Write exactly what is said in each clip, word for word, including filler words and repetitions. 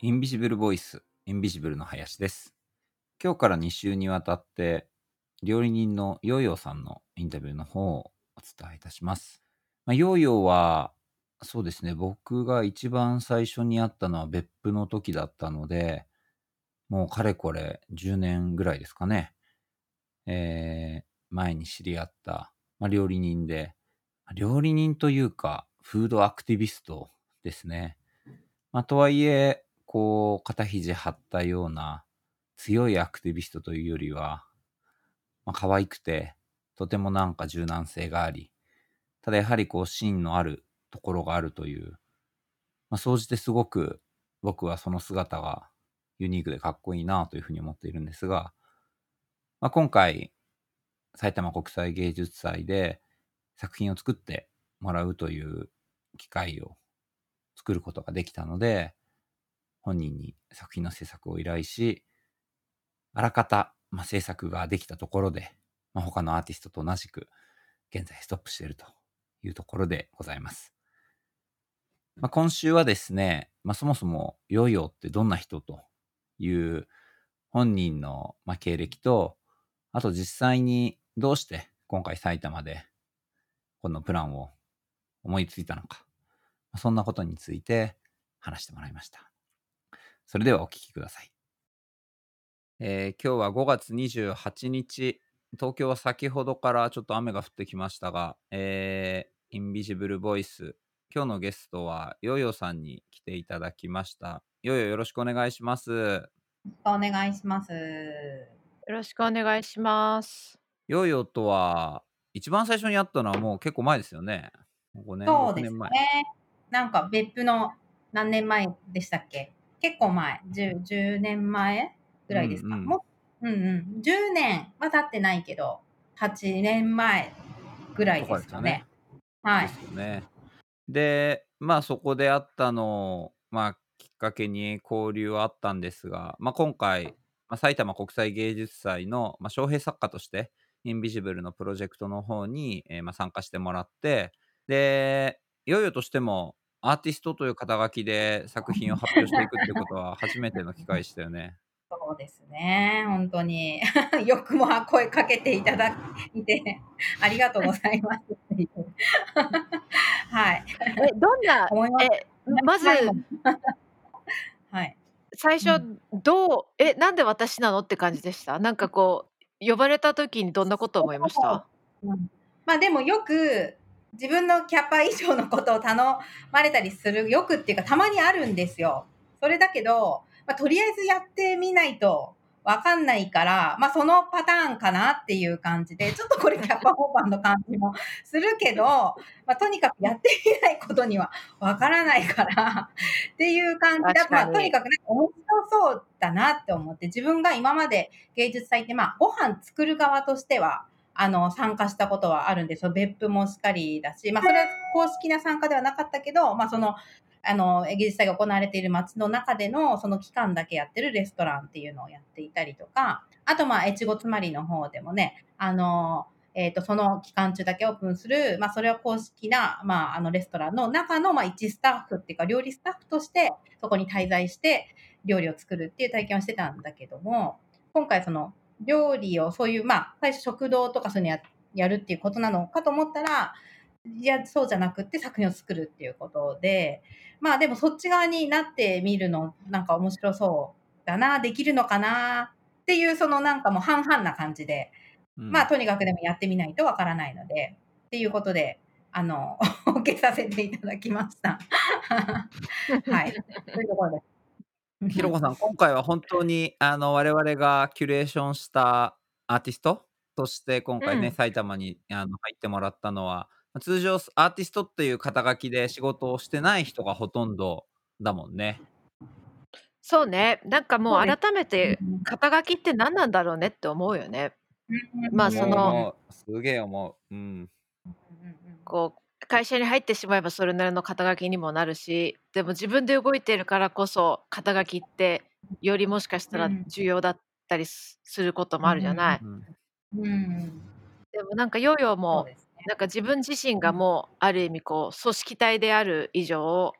インビジブルボイス、インビジブルの林です。今日からに週にわたって、料理人のヨーヨーさんのインタビューの方をお伝えいたします。まあ、ヨーヨーは、そうですね、僕が一番最初に会ったのは別府の時だったので、もうかれこれじゅうねんぐらいですかね。えー前に知り合った、まあ、料理人で、まあ料理人というか、フードアクティビストですね。まあ、とはいえ、こう、肩肘張ったような強いアクティビストというよりは、まあ、可愛くて、とてもなんか柔軟性があり、ただやはりこう、芯のあるところがあるという、まあ、総じてすごく僕はその姿がユニークでかっこいいなというふうに思っているんですが、まあ、今回、埼玉国際芸術祭で作品を作ってもらうという機会を作ることができたので、本人に作品の制作を依頼し、あらかた、まあ、制作ができたところで、まあ、他のアーティストと同じく現在ストップしているというところでございます。まあ、今週はですね、まあ、そもそもヨーヨーってどんな人という本人のまあ経歴と、あと実際にどうして今回埼玉でこのプランを思いついたのか、そんなことについて話してもらいました。それではお聞きください。えー今日はごがつにじゅうはちにち、東京は先ほどからちょっと雨が降ってきましたが、えーインビジブルボイス、今日のゲストはヨーヨーさんに来ていただきました。ヨーヨーよろしくお願いします。 お願いします。 よろしくお願いします。 ヨーヨーとは、一番最初に会ったのはもう結構前ですよね。ごねん、6 そうです年前。 ね。なんか別府の何年前でしたっけ？結構前、じゅう、じゅうねんまえぐらいですか？ うんうん。 もう、うんうん。じゅうねんは経ってないけど、はちねんまえぐらいとでかですよね。 すかね。はでい。 すよね。で、まあそこで会ったのを、まあきっかけに交流はあったんですが、まあ今回、まあ、埼玉国際芸術祭の、まあ、招聘作家として、インビジブルのプロジェクトの方に、えーまあ、参加してもらって、で、ヨーヨーとしてもアーティストという肩書きで作品を発表していくっていうことは初めての機会でしたよね。 そうですね、ほんとに。よくも声かけていただいて、ありがとうございますっていう。はい。 え、どんな、 思います。 え、まず、 何回も。はい。 最初うん。 どう、え、なんで私なのって感じでした？なんかこう、呼ばれた時にどんなこと思いました？ うん。ま、でもよく、自分のキャパ以上のことを頼まれたりする、よくっていうかたまにあるんですよ。それだけど、ま、とりあえずやってみないとわかんないから、ま、そのパターンかなっていう感じで、ちょっとこれキャパオーバーの感じもするけど、ま、とにかくやってみないことにはわからないからっていう感じで、まあ、とに確かに。 かくね、面白そうだなって思って、自分が今まで芸術祭って、まあ、ご飯作る側としては、あの、参加したことはあるんですよ。別府もしっかりだし、まあ、それは公式な参加ではなかったけど、まあ、その、あの、芸術祭が行われている街の中での、その期間だけやってるレストランっていうのをやっていたりとか、あと、まあ、越後つまりの方でもね、あの、えっ、と、その期間中だけオープンする、まあ、それは公式な、まあ、あの、レストランの中の、まあ、一スタッフっていうか、料理スタッフとして、そこに滞在して、料理を作るっていう体験をしてたんだけども、今回その、料理をそういう、まあ、最初食堂とかそういうのややるっていうことなのかと思ったら、いや、そうじゃなくって作品を作るっていうことで、まあ、でもそっち側になってみるの、なんか面白そうだな、できるのかなっていう、そのなんかもう半々な感じで、まあ、 うん。 とにかくでもやってみないとわからないので、っていうことで、あの、受けさせていただきました。はい。そういうところです。 ひろこさん、今回は本当にあの我々がキュレーションしたアーティストとして今回ね、 うん。 埼玉にあの入ってもらったのは、ま、通常アーティストっていう肩書きで仕事をしてない人がほとんどだもんね。 そうね、なんかもうそうです。 改めて、 うん。 肩書きって何なんだろうねって思うよね。まあ、そ思うの、 思う。すげえ思う。うん。 うんうん。 こう、会社に入ってしまえばそれなりの肩書きにもなるし、でも自分で動いてるからこそ、肩書きってよりもしかしたらうん。 重要だったりすすることもあるじゃない。 うんうん。 うんうん。うん。 でもなんかヨーヨーも、 そうですね。 なんか自分自身うん。 がもうある意味こう組織体である以上、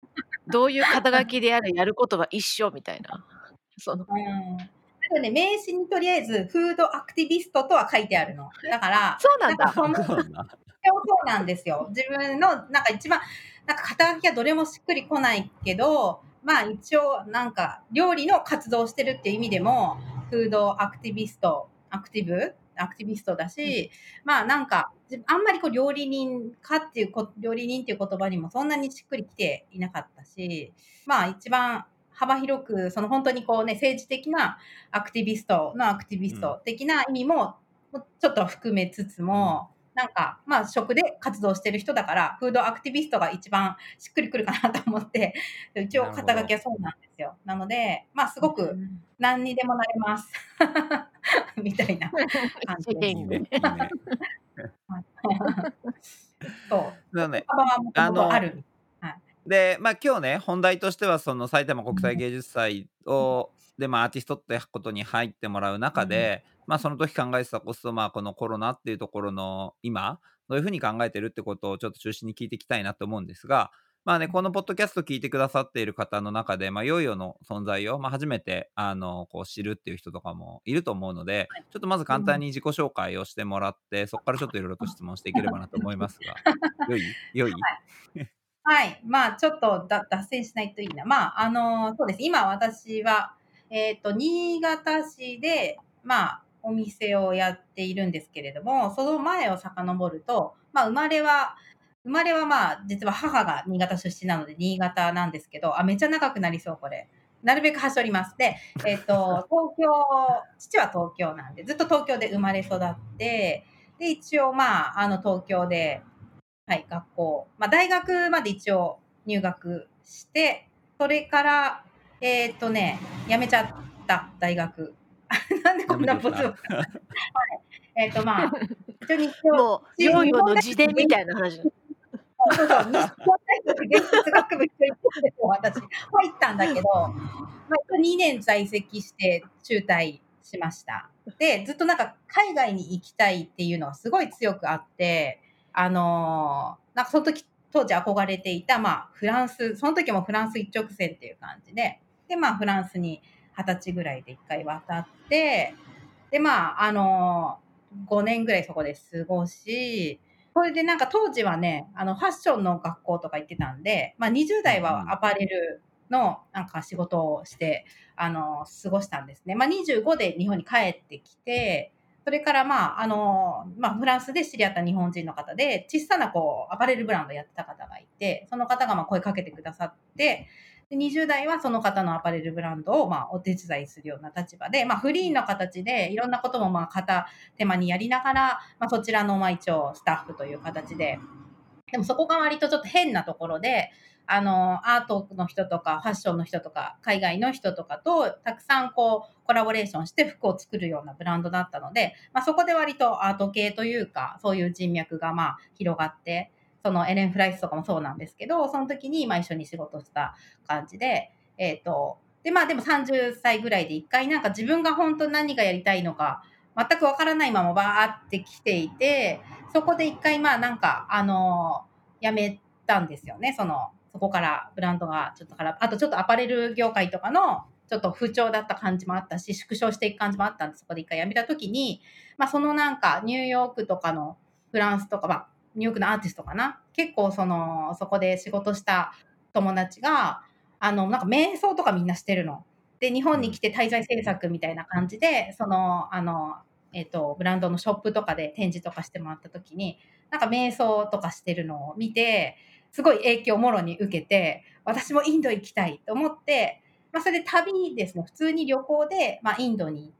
どういう肩書きであれやることは一緒みたいな。そのうん。あとね、名刺にとりあえず、フードアクティビストとは書いてあるの。だから、 そうなんだ。 なんかその、 そうなんだ。 そうなんですよ。自分の、なんか一番、なんか肩書きはどれもしっくりこないけど、まあ一応、なんか料理の活動をしてるっていう意味でも、フードアクティビスト、アクティブアクティビストだし、まあなんか、じあんまりこう料理人かっていうこ、料理人っていう言葉にもそんなにしっくりきていなかったし、まあ一番幅広く、その本当にこうね、政治的なアクティビストのアクティビスト的な意味も、ちょっと含めつつも、なんか、まあ、食で活動してる人だから、フードアクティビストが一番しっくりくるかなと思って、一応肩書きはそうなんですよ。なので、まあ、すごく何にでもなれます。みたいな感じです。 いいね、いいね。 そう。 だね、 幅はもともとある。はい。 で、まあ今日ね、本題としてはその埼玉国際芸術祭を、で、まあアーティストってことに入ってもらう中で、まあその時考えてたこそ、まあこのコロナっていうところの今、どういうふうに考えてるってことをちょっと中心に聞いていきたいなと思うんですが、まあね、このポッドキャスト聞いてくださっている方の中で、まあヨーヨーの存在を、まあ初めて、あの、こう知るっていう人とかもいると思うので、ちょっとまず簡単に自己紹介をしてもらって、そこからちょっといろいろと質問していければなと思いますが、よいよいはい。まあ、ちょっとだ脱線しないといいな。まあ、あの、そうです。今私は、えっと、新潟市で、まあ、お店をやっているんですけれども、その前を遡ると、まあ、生まれは、生まれはまあ、実は母が新潟出身なので、新潟なんですけど、あ、めっちゃ長くなりそう、これ。なるべく端折ります。で、えっと、東京、父は東京なんで、ずっと東京で生まれ育って、で、一応まあ、あの、東京で、はい、学校。まあ、大学まで一応入学して、それから、えっとね、辞めちゃった、大学。なんでこんなポツを。はい。えっと、まあ、一応日もう、ヨー日本大ヨーの自伝みたいな話。 そうそうそう、日本大学芸術学部一応行ったんですよ、私。入ったんだけど、まあ、にねん在籍して中退しました。で、ずっとなんか海外に行きたいっていうのがすごい強くあって、あのー、なんかその時、当時憧れていた、まあ、フランス、その時もフランス一直線っていう感じで、で、まあ、フランスにはたちぐらいで一回渡って、で、まあ、あのー、ごねんぐらいそこで過ごし、それでなんか当時はね、あの、ファッションの学校とか行ってたんで、まあ、にじゅう代はアパレルのなんか仕事をして、あの、過ごしたんですね。まあ、にじゅうごで日本に帰ってきて、それからまあ、あの、まあ、フランスで知り合った日本人の方で、小さなこう、アパレルブランドやってた方がいて、その方がまあ声かけてくださって、でにじゅう代はその方のアパレルブランドをまあお手伝いするような立場で、まあ、フリーの形でいろんなこともまあ片手間にやりながら、まあ、そちらのまあ一応スタッフという形で、でもそこが割とちょっと変なところで、あの、アートの人とか、ファッションの人とか、海外の人とかと、たくさんこう、コラボレーションして服を作るようなブランドだったので、まあそこで割とアート系というか、そういう人脈がまあ広がって、そのエレン・フライスとかもそうなんですけど、その時にまあ一緒に仕事した感じで、えっと、でまあでもさんじゅっさいぐらいで一回なんか自分が本当に何がやりたいのか、全くわからないままバーって来ていて、そこで一回まあなんか、あのー、辞めたんですよね。その、そこからブランドがちょっとから、あとちょっとアパレル業界とかのちょっと不調だった感じもあったし、縮小していく感じもあったんで、そこで一回辞めた時に、まあそのなんかニューヨークとかのフランスとか、まあニューヨークのアーティストかな。結構その、そこで仕事した友達が、あの、なんか瞑想とかみんなしてるの。で、日本に来て滞在制作みたいな感じで、その、あの、えっと、ブランドのショップとかで展示とかしてもらった時に、なんか瞑想とかしてるのを見て、すごい影響をもろに受けて、私もインド行きたいと思って、まあ、それで旅ですね、普通に旅行で、まあ、インドに行って、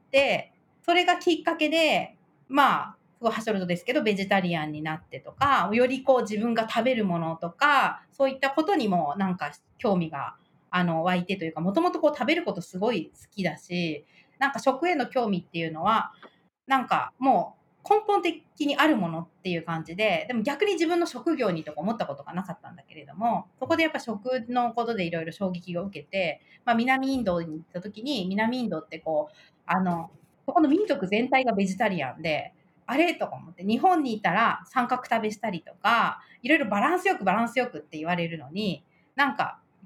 それがきっかけで、まあ、すごいはしょるとですけど、ベジタリアンになってとか、よりこう自分が食べるものとか、そういったことにもなんか興味が、あの、湧いてというか、もともとこう食べることすごい好きだし、なんか食への興味っていうのは、なんかもう根本的にあるものっていう感じで、でも逆に自分の職業にとか思ったことがなかったんだけれども、そこでやっぱ食のことでいろいろ衝撃を受けて、まあ南インドに行った時に、南インドってこう、あの、そこの民族全体がベジタリアンで、あれとか思って、日本にいたら三角食べしたりとか、いろいろバランスよくバランスよくって言われるのに、なんか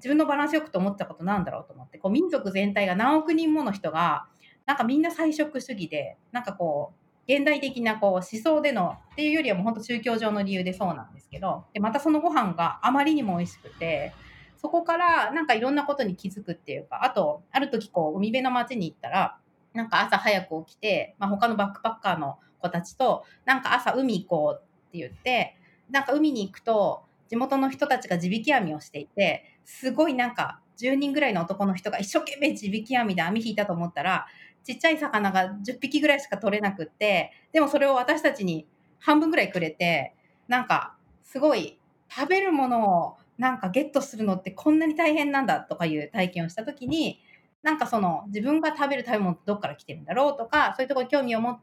自分のバランスよくと思ったことなんだろうと思って、こう民族全体が何億人もの人が、なんかみんな菜食主義で、なんかこう、現代的なこう思想でのっていうよりはもう本当宗教上の理由でそうなんですけど、で、またそのご飯があまりにも美味しくて、そこからなんかいろんなことに気づくっていうか、あと、ある時こう海辺の町に行ったら、なんか朝早く起きて、まあ、他のバックパッカーの子たちと、なんか朝海行こうって言って、なんか海に行くと、地元の人たちが地引き網をしていて、すごいなんかじゅうにんぐらいの男の人が一生懸命地引き網で網引いたと思ったら、ちっちゃい魚がじゅっぴきぐらいしか取れなくって、でもそれを私たちに半分ぐらいくれて、なんかすごい食べるものをなんかゲットするのってこんなに大変なんだとかいう体験をしたときに、なんかその自分が食べる食べ物ってどっから来てるんだろうとか、そういうところに興味を持って、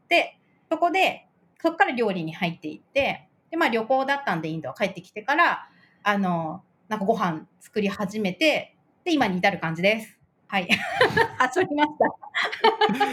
そこで、そこから料理に入っていって、で、まあ旅行だったんでインドは帰ってきてから、あの、なんかご飯作り始めて、で、今に至る感じです。はい。はしょりました。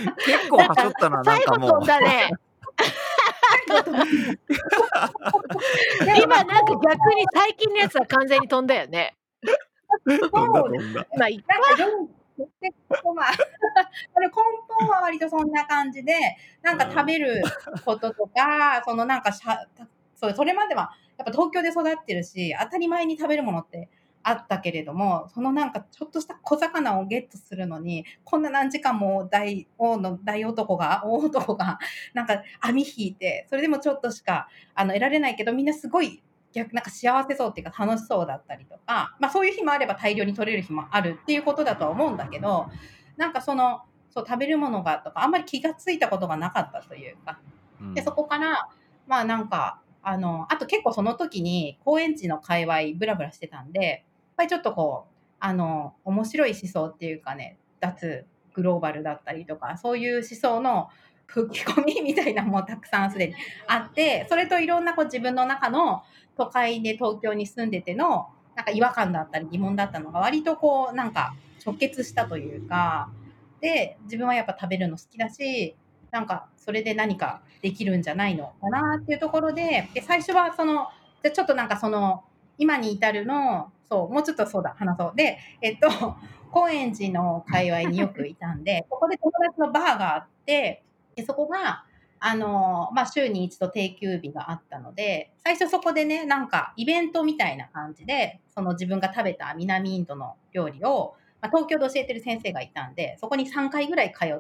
結構はしょったな、なん最後かもう。 飛んだね。 最後飛びました。でも今なんか逆に最近のやつは完全に飛んだよね。 飛んだ飛んだ。 まあ、いっか。 なんか料理で、まあ、それ根本は割とそんな感じで、なんか食べることとか、そのなんかしゃ、そう、それまではやっぱ東京で育ってるし、当たり前に食べるものってあったけれども、そのなんかちょっとした小魚をゲットするのに、こんな何時間も大王の大男が、大男が、なんか網引いて、それでもちょっとしかあの得られないけど、みんなすごい逆なんか幸せそうっていうか楽しそうだったりとか、まあそういう日もあれば大量に取れる日もあるっていうことだとは思うんだけど、なんかその、そう食べるものがとか、あんまり気がついたことがなかったというか、で、そこから、まあなんか、あの、あと結構その時に高円寺の界隈ブラブラしてたんで、やっぱりちょっとこう、あの、面白い思想っていうかね、脱グローバルだったりとか、そういう思想の吹き込みみたいなのもたくさんすでにあって、それといろんなこう自分の中の都会で東京に住んでての、なんか違和感だったり疑問だったのが割とこう、なんか直結したというか、で、自分はやっぱ食べるの好きだし、なんかそれで何かできるんじゃないのかなっていうところで、で、最初はその、じゃちょっとなんかその、今に至るの、そう、もうちょっとそうだ、話そう。で、えっと、高円寺の界隈によくいたんで、そこで友達のバーがあって、でそこが、あの、まあ、週に一度定休日があったので、最初そこでね、なんかイベントみたいな感じで、その自分が食べた南インドの料理を、まあ、東京で教えてる先生がいたんで、そこにさんかいぐらい通って、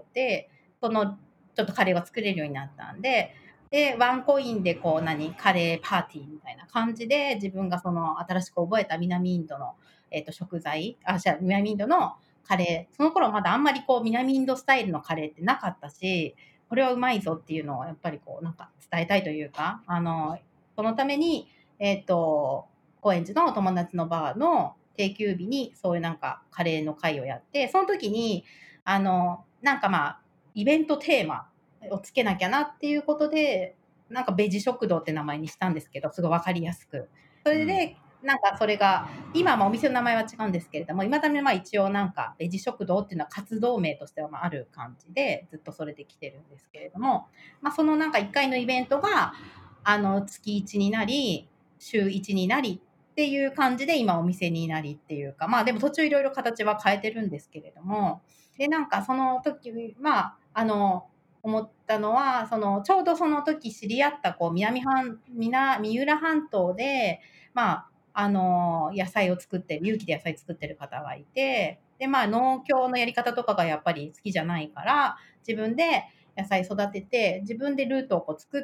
そのちょっとカレーを作れるようになったんで、で、ワンコインでこう何、カレーパーティーみたいな感じで、自分がその新しく覚えた南インドの、えっと食材、あ、じゃあ南インドのカレー、その頃まだあんまりこう南インドスタイルのカレーってなかったし、これはうまいぞっていうのをやっぱりこうなんか伝えたいというか、あの、そのために、えっと、高円寺の友達のバーの定休日にそういうなんかカレーの会をやって、その時に、あの、なんかまあ、イベントテーマをつけなきゃなっていうことで、なんかベジ食堂って名前にしたんですけど、すごいわかりやすく。それで、なんかそれが、今はまあお店の名前は違うんですけれども、未だにまあ一応なんかベジ食堂っていうのは活動名としてはまあある感じで、ずっとそれで来てるんですけれども、まあそのなんかいっかいのイベントが、あの月いちになり、週いちになりっていう感じで今お店になりっていうか、まあでも途中いろいろ形は変えてるんですけれども、で、なんかその時、まあ、あの、思ったのは、その、ちょうどその時知り合った、こう、南半、南三浦半島で、まあ、あの、野菜を作ってる、有機で野菜作ってる方がいて、で、まあ、農協のやり方とかがやっぱり好きじゃないから、自分で野菜育てて、自分でルートをこう作って、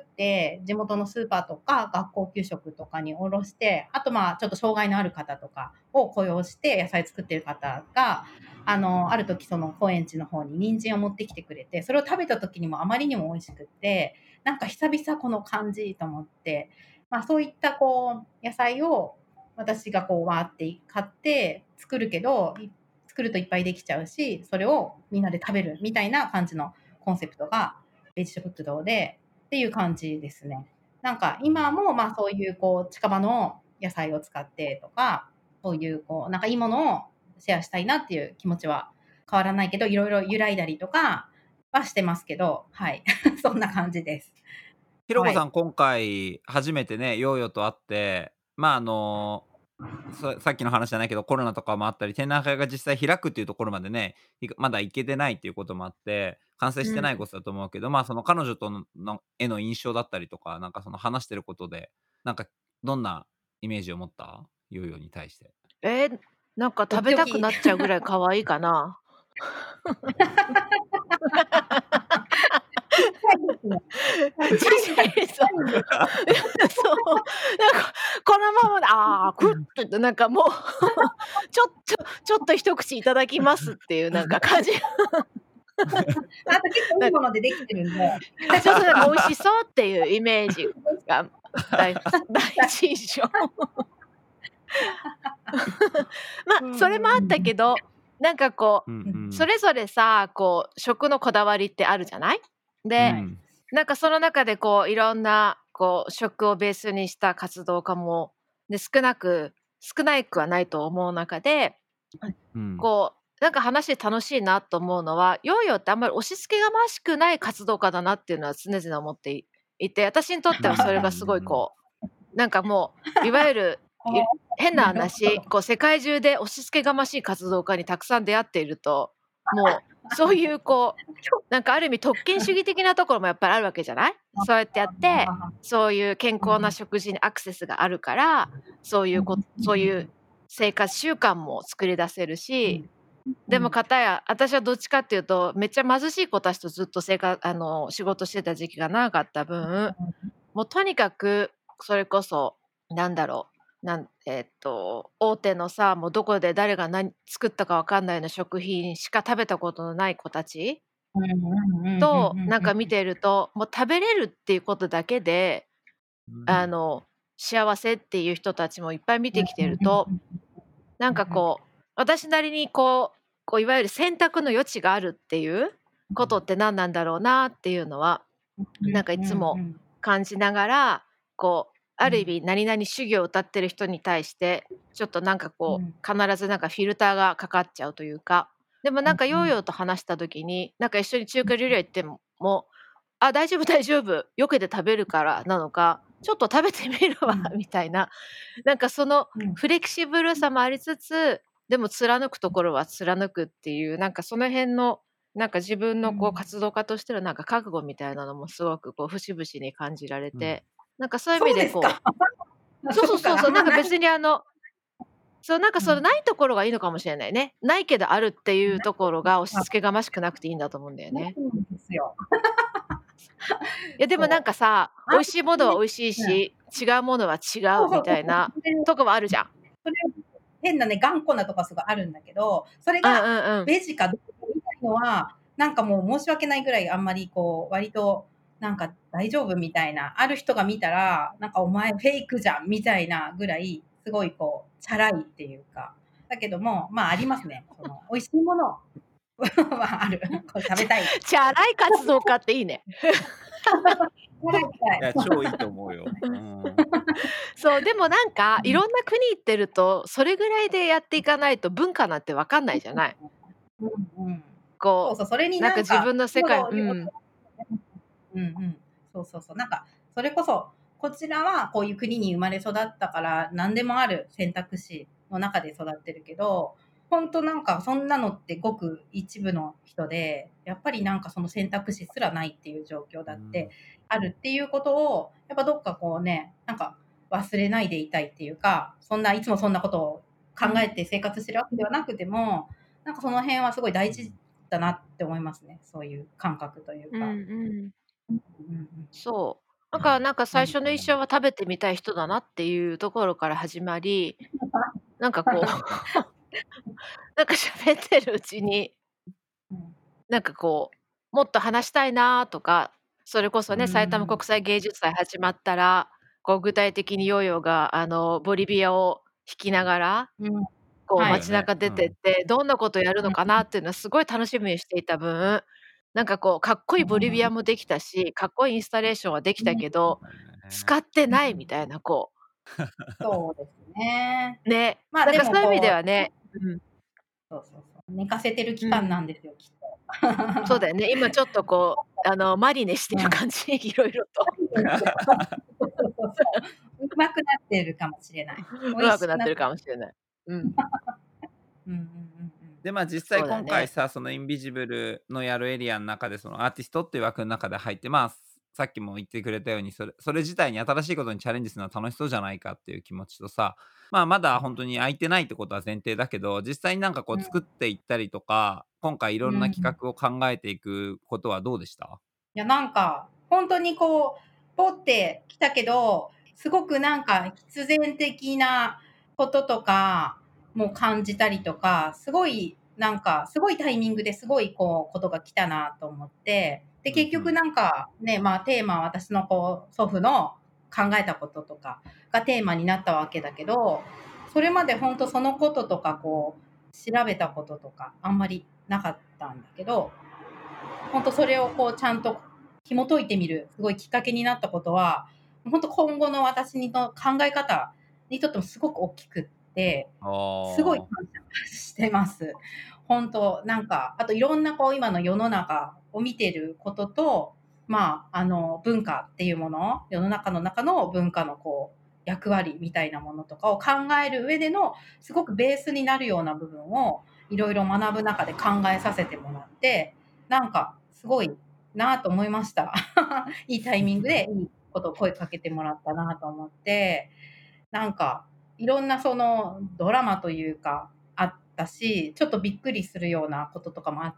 地元のスーパーとか学校給食とかにおろして、あとまあ、ちょっと障害のある方とかを雇用して野菜作ってる方が、あの、ある時その高円寺の方に人参を持ってきてくれて、それを食べた時にもあまりにも美味しくって、なんか久々この感じと思って、まあそういったこう、野菜を私がこうわーって買って作るけど、作るといっぱいできちゃうし、それをみんなで食べるみたいな感じのコンセプトがベジ食堂でっていう感じですね。なんか今もまあそういうこう近場の野菜を使ってとか、そういうこうなんかいいものをシェアしたいなっていう気持ちは変わらないけど、いろいろ揺らいだりとかはしてますけど、はい。そんな感じです。 ひろはい。 こさん、今回初めてね、ヨーヨーと会って、まあ、あの、 ささっきの話じゃないけど、コロナとかもあったり、展覧会が実際開くっていうところまでね、いまだ行けてないっていうこともあって、完成してないことだと思うけど、まあ、その彼女とのの絵の印象だったりとか、なんかその話してることで、なんかどんなイメージを持った？ヨーヨーに対して。 えー、なんかド食べたくキドキ。 なっちゃうぐらい可愛いかな。 ちっちゃいですね。 ちっちゃいそう。そう。なんかこのままで、ああ、クッてってなんかもうちょっとちょっと一口いただきますっていうなんか感じ。 あと結構いいものでできてるんで。 あ、そうそう、なんか美味しそうっていうイメージが第第一印象。まあ、それもあったけど、なんかこうんうう、 ん。 それぞれさ、こう食のこだわりってあるじゃない？ うで、 ん。 なんかその中でこういろんなこう食をベースにした活動家も、ね、少なく少ないくはないと思う中で、 うん。 こうなんか話して楽しいなと思うのは、ヨーヨーってあんまり押し付けがましくない活動家だなっていうのは常々思っていいて、私にとってはそれがすごいこう、なんかもういわゆるい変な話、こう世界中で押し付けがましい活動家にたくさん出会っていると、もうそういうこうなんかある意味特権主義的なところもやっぱりあるわけじゃない？そうやってやってそういう健康な食事にアクセスがあるから、そういうこそういう生活習慣も作り出せるし、でも片や私はどっちかっていうとめっちゃ貧しい子たちとずっと生活あの仕事してた時期が長かった分、もうとにかくそれこそなんだろうなんえーっと大手のさ、もうどこで誰が何作ったか分かんないような食品しか食べたことのない子たちとなんか見てると、もう食べれるっていうことだけで、あの幸せっていう人たちもいっぱい見てきてると、なんかこう私なりにこうこういわゆる選択の余地があるっていうことって何なんだろうなっていうのはなんかいつも感じながら、こうある意味何々主義を歌ってる人に対してちょっとなんかこう必ずなんかフィルターがかかっちゃうというか、でもなんかヨーヨーと話した時になんか一緒に中華料理屋行ってももうあ大丈夫大丈夫よけて食べるからなのか、ちょっと食べてみるわみたいな、なんかそのフレキシブルさもありつつ、でも貫くところは貫くっていう、なんかその辺のなんか自分のこう活動家としてのなんか覚悟みたいなのもすごくこう節々に感じられて、なんかそういう意味でこう、そうそうそうそう、なんか別にあのそうなんかそのないところがいいのかもしれないね。ないけどあるっていうところが押し付けがましくなくていいんだと思うんだよね。いやでもなんかさ、美味しいものは美味しいし、違うものは違うみたいなとこはあるじゃん。 それ変なね、頑固なとこすごいあるんだけど、それがベジかどうかみたいのは、なんかもう申し訳ないぐらいあんまりこう、割となんか大丈夫みたいな、ある人が見たら、なんかお前フェイクじゃんみたいなぐらい、すごいこう、チャラいっていうか、だけども、まあありますね。その美味しいものはある。こう食べたい。 チャラい活動家っていいね。 いや超いいと思うよ。うん、 そうでもなんかいろんな国行ってるとそれぐらいでやっていかないと文化なんて分かんないじゃない。 うんうん、 こうそうそう、それになんか自分の世界、うん、 うんうんそうそうそう、なんかそれこそこちらはこういう国に生まれ育ったから何でもある選択肢の中で育ってるけど、本当なんかそんなのってごく一部の人で、やっぱりなんかその選択肢すらないっていう状況だってあるっていうことを、やっぱどっかこうね、なんか忘れないでいたいっていうか、そんないつもそんなことを考えて生活してるわけではなくても、なんかその辺はすごい大事だなって思いますね。そういう感覚というか。 うんうん、そうだからなんか最初の印象は食べてみたい人だなっていうところから始まり、なんかこうなんか喋ってるうちになんかこうもっと話したいなとか、それこそね埼玉国際芸術祭始まったらこう具体的にヨーヨーがあのボリビアを弾きながらこう街中出てってどんなことやるのかなっていうのはすごい楽しみにしていた分、なんかこうかっこいいボリビアもできたし、かっこいいインスタレーションはできたけど、使ってないみたいなこう。 そうですね。 ね、まあなんかそういう意味ではね、うん、 そうそうそう、寝かせてる期間なんですよ、うん、きっと。 そうだよね。今ちょっとこうあのマリネしてる感じ、いろいろと。 まくなってるかもしれない。 うまくなってるかもしれない。うん。 うんうんうんうん。 で、まあ実際そうだね。 今回さ、そのインビジブルのやるエリアの中で、そのアーティストっていう枠の中で入って、まあ、さっきも言ってくれたように、それそれ自体に新しいことにチャレンジするのは楽しそうじゃないかっていう気持ちとさ、まあまだ本当に空いてないってことは前提だけど、実際になんかこう作っていったりとか、今回いろんな企画を考えていくことはどうでした？ いや、なんか、本当にこう、ポって来たけど、すごくなんか必然的なこととかも感じたりとか、すごい、なんか、すごいタイミングですごいこう、ことが来たなと思って、で、結局なんかね、まあテーマは私のこう、祖父の考えたこととかがテーマになったわけだけど、それまで本当そのこととかこう、調べたこととかあんまりなかったんだけど、本当それをこうちゃんと紐解いてみるすごいきっかけになったことは、本当今後の私の考え方にとってもすごく大きくって、すごいあ感謝してます。本当なんか、あといろんなこう今の世の中を見てることと、まあ、あの文化っていうもの、世の中の中の文化のこう役割みたいなものとかを考える上でのすごくベースになるような部分をいろいろ学ぶ中で考えさせてもらって、なんかすごいなと思いました。いいタイミングでいいことを声かけてもらったなと思って、なんかいろんなそのドラマというかあったし、ちょっとびっくりするようなこととかもあって、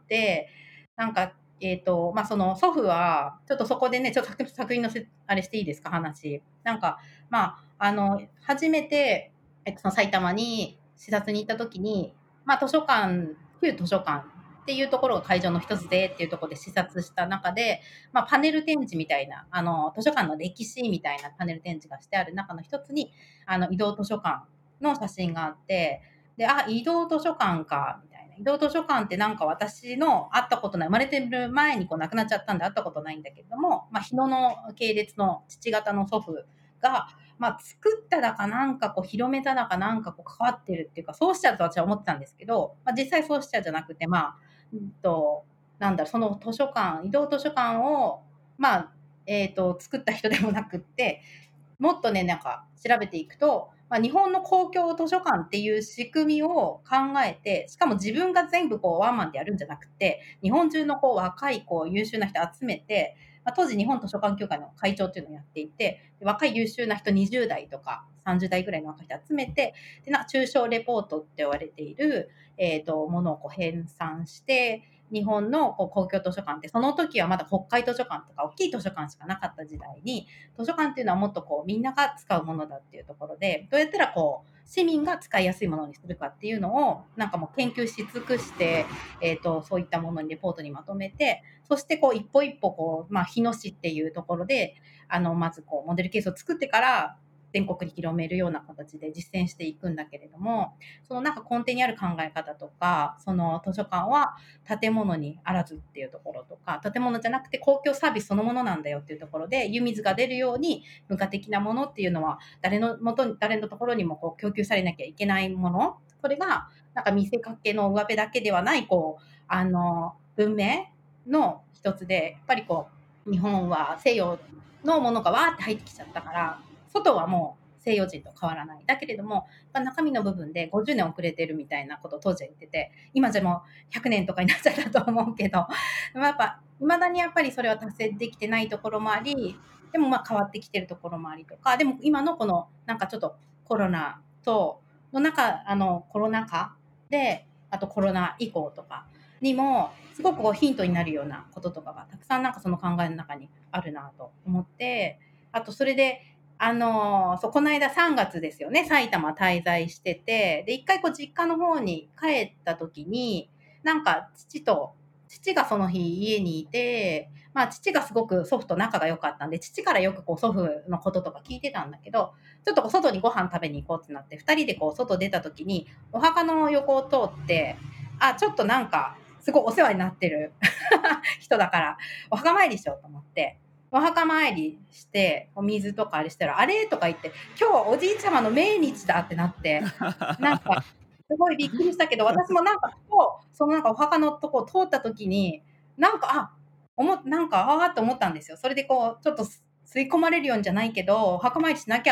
なんか、えっ、と、まあ、その祖父は、ちょっとそこでね、ちょっと作作品のせあれしていいですか、話。なんか、まあ、あの、初めて、えっと、その埼玉に視察に行った時に、まあ、図書館、旧図書館っていうところが会場の一つでっていうところで視察した中で、まあ、パネル展示みたいな、あの、図書館の歴史みたいなパネル展示がしてある中の一つに、あの、移動図書館の写真があって、で、あ、移動図書館か、みたいな。移動図書館ってなんか私の会ったことない、生まれてる前にこう亡くなっちゃったんで会ったことないんだけれども、まあ、日野の系列の父方の祖父が、まあ、作っただかなんかこう広めただかなんかこう関わってるっていうか、そうしちゃうと私は思ってたんですけど、まあ、実際そうしちゃうじゃなくて、まあ、うんと、なんだろう、その図書館、移動図書館を、まあ、えっ、と、作った人でもなくって、もっとね、なんか調べていくと、まあ、日本の公共図書館っていう仕組みを考えて、しかも自分が全部こうワンマンでやるんじゃなくて、日本中のこう若いこう優秀な人集めて、まあ、当時日本図書館協会の会長っていうのをやっていて、若い優秀な人にじゅう代とかさんじゅう代ぐらいの若い人集めて、でなんか中小レポートって言われている、えー、とものをこう編纂して、日本のこう公共図書館って、その時はまだ国会図書館とか大きい図書館しかなかった時代に、図書館っていうのはもっとこうみんなが使うものだっていうところで、どうやったらこう市民が使いやすいものにするかっていうのをなんかもう研究し尽くして、えー、とそういったものにレポートにまとめて、そしてこう一歩一歩こう、まあ、日野市っていうところであのまずこうモデルケースを作ってから全国に広めるような形で実践していくんだけれども、そのなんか根底にある考え方とか、その図書館は建物にあらずっていうところとか、建物じゃなくて公共サービスそのものなんだよっていうところで、湯水が出るように文化的なものっていうのは誰の元に、誰のところにもこう供給されなきゃいけないもの、それがなんか見せかけの上辺だけではないこうあの文明の一つで、やっぱりこう日本は西洋のものがわーって入ってきちゃったから、外はもう西洋人と変わらない。だけれども、中身の部分でごじゅうねん遅れてるみたいなことを当時は言ってて、今じゃもうひゃくねんとかになっちゃったと思うけど、でもやっぱ、未だにやっぱりそれは達成できてないところもあり、でもまあ変わってきてるところもありとか、でも今のこのなんかちょっとコロナとの中、あのコロナ禍で、あとコロナ以降とかにも、すごくこうヒントになるようなこととかがたくさんなんかその考えの中にあるなと思って、あとそれで、あのー、そう、この間さんがつですよね、埼玉滞在してて、で、一回こう実家の方に帰った時に、なんか父と、父がその日家にいて、まあ父がすごく祖父と仲が良かったんで、父からよくこう祖父のこととか聞いてたんだけど、ちょっとこう外にご飯食べに行こうってなって、二人でこう外出た時に、お墓の横を通って、あ、ちょっとなんか、すごいお世話になってる人だから、お墓参りしようと思って、お墓参りして、お水とかあれしたら、あれとか言って、今日おじいちゃまの命日だってなって、なんか、すごいびっくりしたけど、私もなんか、そのなんかお墓のとこを通った時に、なんか、あ、思なんか、ああって思ったんですよ。それでこう、ちょっと吸い込まれるようじゃないけど、お墓参りしなきゃっ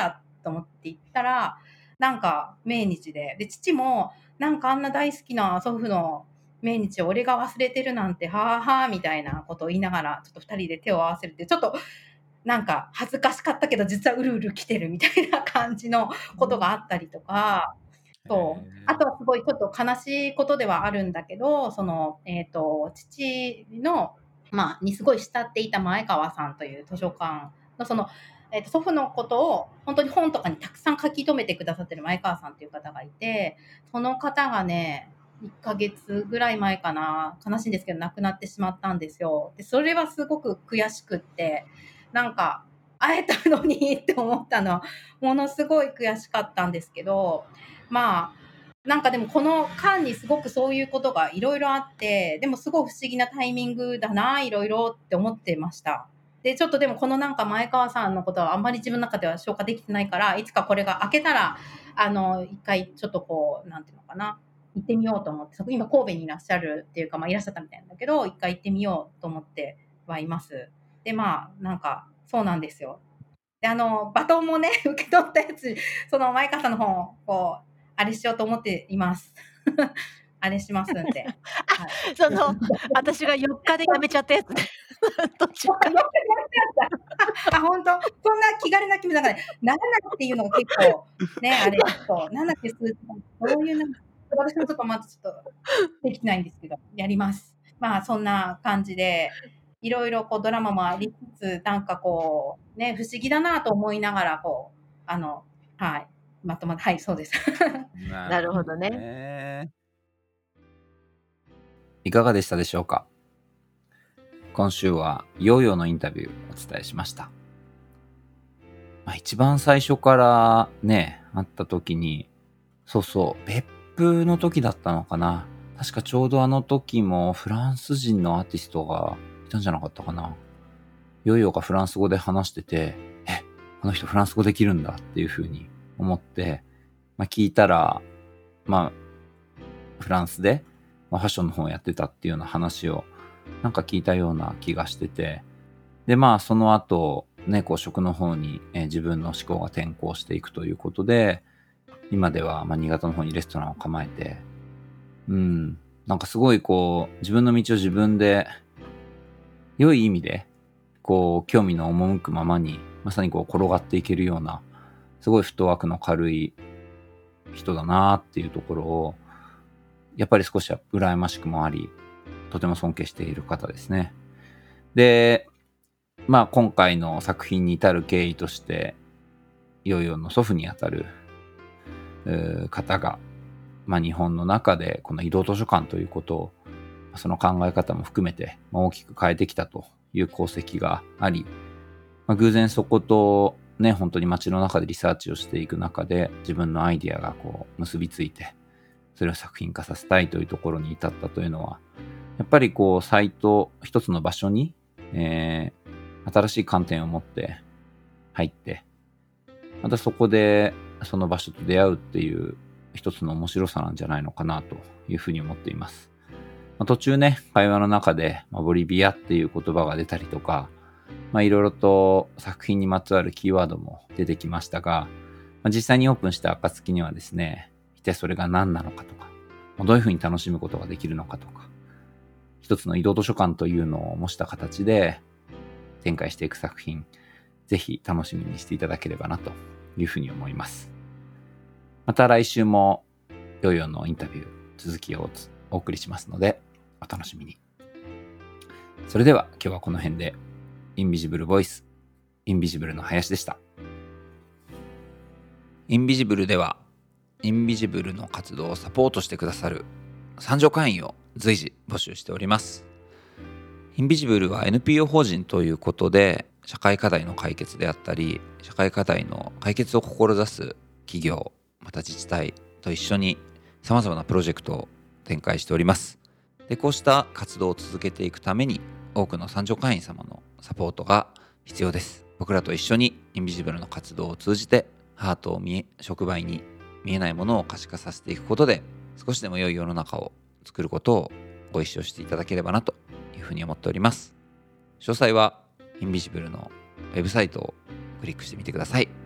と思って行ったら、なんか命日で、で、父も、なんかあんな大好きな祖父の命日を俺が忘れてるなんて、はあはあみたいなことを言いながら、ちょっと二人で手を合わせるって、ちょっとなんか恥ずかしかったけど、実はうるうる来てるみたいな感じのことがあったりとか、そう。あとはすごいちょっと悲しいことではあるんだけど、その、えっと、父の、まあ、にすごい慕っていた前川さんという図書館の、その、えっと、祖父のことを本当に本とかにたくさん書き留めてくださってる前川さんという方がいて、その方がね、いっかげつぐらい前かな、悲しいんですけど亡くなってしまったんですよ。で、それはすごく悔しくって、なんか、会えたのにって思ったのは、ものすごい悔しかったんですけど、まあ、なんかでもこの間にすごくそういうことがいろいろあって、でもすごい不思議なタイミングだな、いろいろって思ってました。で、ちょっとでもこのなんか前川さんのことはあんまり自分の中では消化できてないから、いつかこれが開けたら、あの、一回ちょっとこう、なんていうのかな、行ってみようと思って、そこ今神戸にいらっしゃるっていうか、まあいらっしゃったみたいなんだけど、一回行ってみようと思ってはいます。で、まあ、なんか、そうなんですよ。で、あの、バトンもね、受け取ったやつ、その前川さんの本を、こう、あれしようと思っています。あれしますんで。はい。 その、私がよっかでやめちゃったやつね。途中よっかから。 でやめちゃった。あ、ほんと？そんな気軽な気分だから、ななっていうのが結構、ね、あれ、そう、ななって数字がどういうなん私もちょっとまだちょっとできてないんですけど、やります。まあ、そんな感じで、いろいろこうドラマもありつつ、なんかこう、ね、不思議だなと思いながら、こう、あの、はい、まとまはい、そうです。 なるほどね。 ね。いかがでしたでしょうか？今週はヨーヨーのインタビューをお伝えしました。まあ、一番最初からね、会った時に、そうそう、別府の時だったのかな。確かちょうどあの時もフランス人のアーティストがいたんじゃなかったかな。ヨーヨーがフランス語で話してて、え、この人フランス語できるんだっていう風に思って、まあ、聞いたら、まあ、フランスで、まあ、ファッションの方をやってたっていうような話をなんか聞いたような気がしてて、で、まあ、その後、ね、こう食の方に、えー自分の思考が転向していくということで、今では、まあ、新潟の方にレストランを構えて、うん、なんかすごいこう、自分の道を自分で、良い意味で、こう、興味の赴くままに、まさにこう、転がっていけるような、すごいフットワークの軽い人だなっていうところを、やっぱり少しは羨ましくもあり、とても尊敬している方ですね。で、まあ今回の作品に至る経緯として、ヨーヨーの祖父にあたるうー方が、まあ日本の中でこの移動図書館ということを、その考え方も含めてまあ大きく変えてきたという功績があり、まあ、偶然そことね、本当に街の中でリサーチをしていく中で自分のアイディアがこう結びついて、それを作品化させたいというところに至ったというのは、やっぱりこうサイト一つの場所に、えー、新しい観点を持って入って、またそこでその場所と出会うっていう一つの面白さなんじゃないのかなというふうに思っています。まあ、途中ね、会話の中で、まあ、ボリビアっていう言葉が出たりとか、まあいろいろと作品にまつわるキーワードも出てきましたが、まあ、実際にオープンした暁にはですね、一体それが何なのかとか、どういうふうに楽しむことができるのかとか、一つの移動図書館というのを模した形で展開していく作品、ぜひ楽しみにしていただければなというふうに思います。また来週もヨーヨーのインタビュー続きをお送りしますのでお楽しみに。それでは今日はこの辺で、インビジブルボイス、インビジブルの林でした。インビジブルではインビジブルの活動をサポートしてくださる参上会員を随時募集しております。インビジブルは エヌピーオー 法人ということで、社会課題の解決であったり、社会課題の解決を志す企業、また自治体と一緒に様々なプロジェクトを展開しております。で、こうした活動を続けていくために、多くの参上会員様のサポートが必要です。僕らと一緒にインビジブルの活動を通じて、ハートを見え、触媒に見えないものを可視化させていくことで、少しでも良い世の中を作ることをご一緒していただければなというふうに思っております。詳細はインビジブルのウェブサイトをクリックしてみてください。